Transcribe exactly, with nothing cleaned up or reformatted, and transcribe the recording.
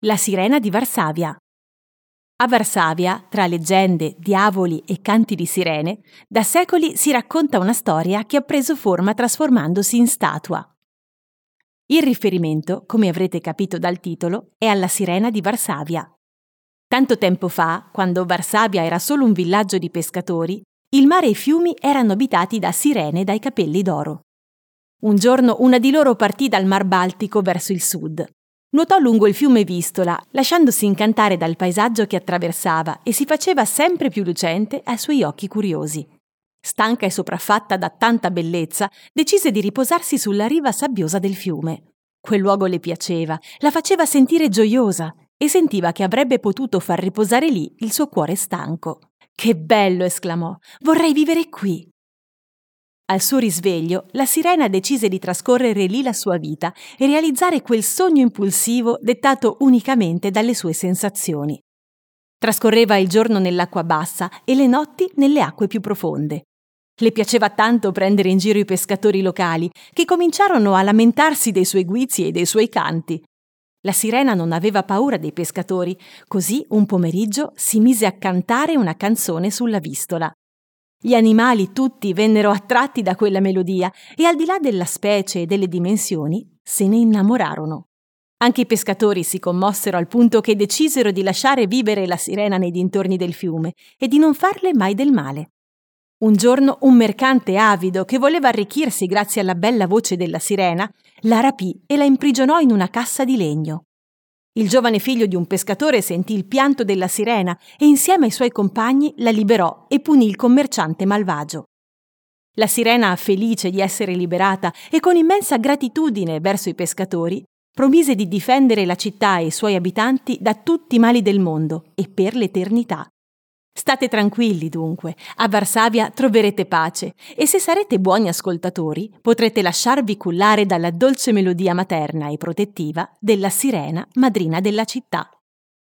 La sirena di Varsavia. A Varsavia, tra leggende, diavoli e canti di sirene, da secoli si racconta una storia che ha preso forma trasformandosi in statua. Il riferimento, come avrete capito dal titolo, è alla sirena di Varsavia. Tanto tempo fa, quando Varsavia era solo un villaggio di pescatori, il mare e i fiumi erano abitati da sirene dai capelli d'oro. Un giorno una di loro partì dal Mar Baltico verso il sud. Nuotò lungo il fiume Vistola, lasciandosi incantare dal paesaggio che attraversava e si faceva sempre più lucente ai suoi occhi curiosi. Stanca e sopraffatta da tanta bellezza, decise di riposarsi sulla riva sabbiosa del fiume. Quel luogo le piaceva, la faceva sentire gioiosa e sentiva che avrebbe potuto far riposare lì il suo cuore stanco. «Che bello!» esclamò. «Vorrei vivere qui!» Al suo risveglio, la sirena decise di trascorrere lì la sua vita e realizzare quel sogno impulsivo dettato unicamente dalle sue sensazioni. Trascorreva il giorno nell'acqua bassa e le notti nelle acque più profonde. Le piaceva tanto prendere in giro i pescatori locali, che cominciarono a lamentarsi dei suoi guizzi e dei suoi canti. La sirena non aveva paura dei pescatori, così un pomeriggio si mise a cantare una canzone sulla Vistola. Gli animali tutti vennero attratti da quella melodia e al di là della specie e delle dimensioni se ne innamorarono. Anche i pescatori si commossero al punto che decisero di lasciare vivere la sirena nei dintorni del fiume e di non farle mai del male. Un giorno un mercante avido che voleva arricchirsi grazie alla bella voce della sirena la rapì e la imprigionò in una cassa di legno. Il giovane figlio di un pescatore sentì il pianto della sirena e insieme ai suoi compagni la liberò e punì il commerciante malvagio. La sirena, felice di essere liberata e con immensa gratitudine verso i pescatori, promise di difendere la città e i suoi abitanti da tutti i mali del mondo e per l'eternità. State tranquilli dunque, a Varsavia troverete pace e se sarete buoni ascoltatori potrete lasciarvi cullare dalla dolce melodia materna e protettiva della sirena madrina della città.